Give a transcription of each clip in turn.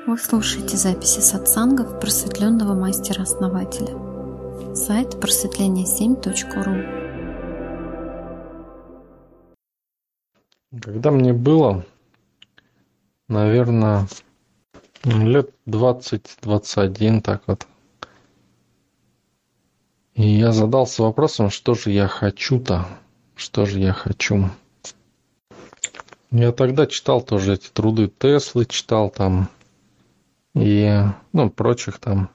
Вы слушаете записи сатсангов просветленного мастера-основателя. Сайт просветление7.ру. Когда мне было, наверное, лет 20-21, так вот, и я задался вопросом, что же я хочу-то, что же я хочу. Я тогда читал тоже эти труды Теслы, читал там, и, прочих там.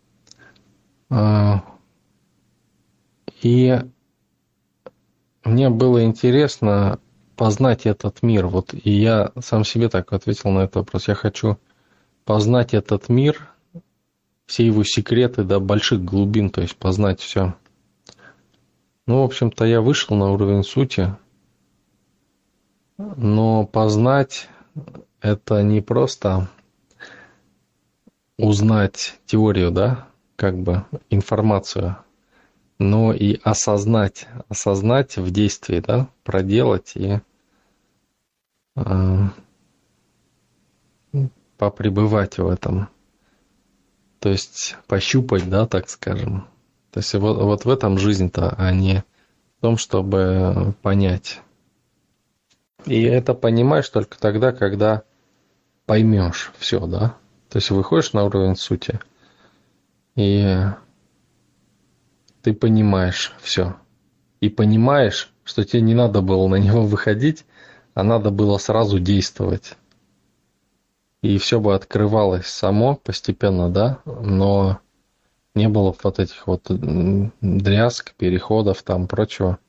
И мне было интересно познать этот мир. Вот, и я сам себе так ответил на этот вопрос. Я хочу познать этот мир, все его секреты до больших глубин, то есть познать все. В общем-то, я вышел на уровень сути, но познать – это не просто узнать теорию, да, как бы информацию, но и осознать в действии, да, проделать и попребывать в этом. То есть пощупать, да, так скажем. То есть вот в этом жизнь-то, а не в том, чтобы понять. И это понимаешь только тогда, когда поймешь все, да. То есть выходишь на уровень сути, и ты понимаешь все. И понимаешь, что тебе не надо было на него выходить, а надо было сразу действовать. И все бы открывалось само постепенно, да, но не было вот этих вот дрязг, переходов там прочего.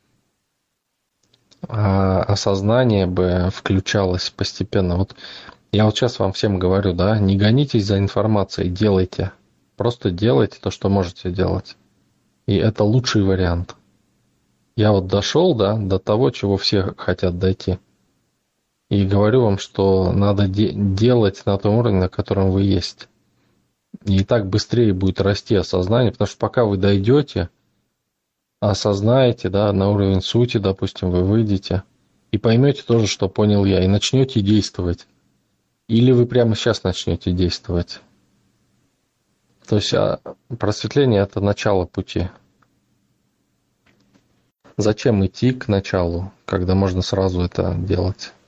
А осознание бы включалось постепенно. Вот я вот сейчас вам всем говорю, да, не гонитесь за информацией, делайте. Просто делайте то, что можете делать. И это лучший вариант. Я вот дошел, да, до того, чего все хотят дойти. И говорю вам, что надо делать на том уровне, на котором вы есть. И так быстрее будет расти осознание, потому что пока вы дойдете, осознаете, да, на уровень сути, допустим, вы выйдете и поймете тоже, что понял я, и начнете действовать. Или вы прямо сейчас начнете действовать. То есть просветление – это начало пути. Зачем идти к началу, когда можно сразу это делать?